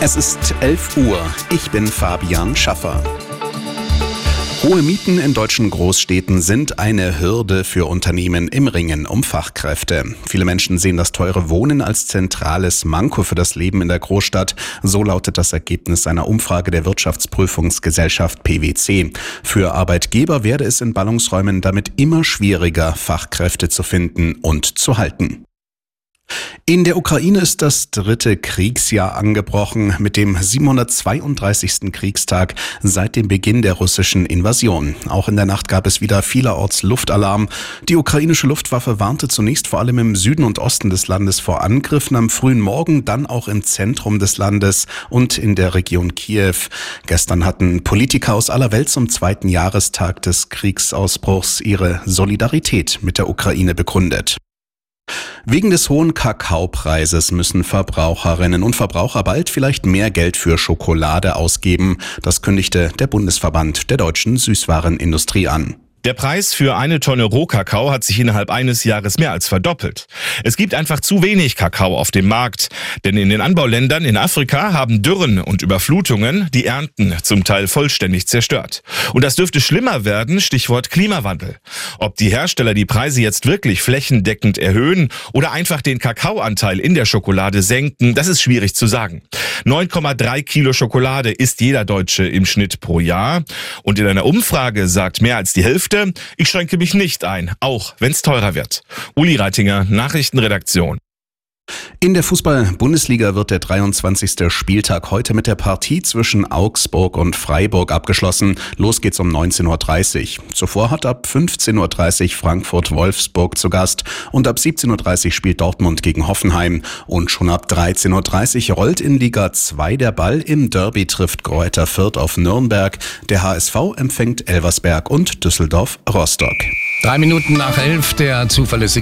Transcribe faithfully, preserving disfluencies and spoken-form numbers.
Es ist elf Uhr. Ich bin Fabian Schaffer. Hohe Mieten in deutschen Großstädten sind eine Hürde für Unternehmen im Ringen um Fachkräfte. Viele Menschen sehen das teure Wohnen als zentrales Manko für das Leben in der Großstadt. So lautet das Ergebnis einer Umfrage der Wirtschaftsprüfungsgesellschaft P wC. Für Arbeitgeber werde es in Ballungsräumen damit immer schwieriger, Fachkräfte zu finden und zu halten. In der Ukraine ist das dritte Kriegsjahr angebrochen, mit dem siebenhundertzweiunddreißigsten Kriegstag seit dem Beginn der russischen Invasion. Auch in der Nacht gab es wieder vielerorts Luftalarm. Die ukrainische Luftwaffe warnte zunächst vor allem im Süden und Osten des Landes vor Angriffen am frühen Morgen, dann auch im Zentrum des Landes und in der Region Kiew. Gestern hatten Politiker aus aller Welt zum zweiten Jahrestag des Kriegsausbruchs ihre Solidarität mit der Ukraine bekundet. Wegen des hohen Kakaopreises müssen Verbraucherinnen und Verbraucher bald vielleicht mehr Geld für Schokolade ausgeben. Das kündigte der Bundesverband der deutschen Süßwarenindustrie an. Der Preis für eine Tonne Rohkakao hat sich innerhalb eines Jahres mehr als verdoppelt. Es gibt einfach zu wenig Kakao auf dem Markt, denn in den Anbauländern in Afrika haben Dürren und Überflutungen die Ernten zum Teil vollständig zerstört. Und das dürfte schlimmer werden, Stichwort Klimawandel. Ob die Hersteller die Preise jetzt wirklich flächendeckend erhöhen oder einfach den Kakaoanteil in der Schokolade senken, das ist schwierig zu sagen. neun Komma drei Kilo Schokolade isst jeder Deutsche im Schnitt pro Jahr. Und in einer Umfrage sagt mehr als die Hälfte, ich schränke mich nicht ein, auch wenn es teurer wird. Uli Reitinger, Nachrichtenredaktion. In der Fußball-Bundesliga wird der dreiundzwanzigste Spieltag heute mit der Partie zwischen Augsburg und Freiburg abgeschlossen. Los geht's um neunzehn Uhr dreißig. Zuvor hat ab fünfzehn Uhr dreißig Frankfurt-Wolfsburg zu Gast und ab siebzehn Uhr dreißig spielt Dortmund gegen Hoffenheim. Und schon ab dreizehn Uhr dreißig rollt in Liga zwei der Ball. Im Derby trifft Greuther Fürth auf Nürnberg. Der H S V empfängt Elversberg und Düsseldorf Rostock. Drei Minuten nach elf, der zuverlässige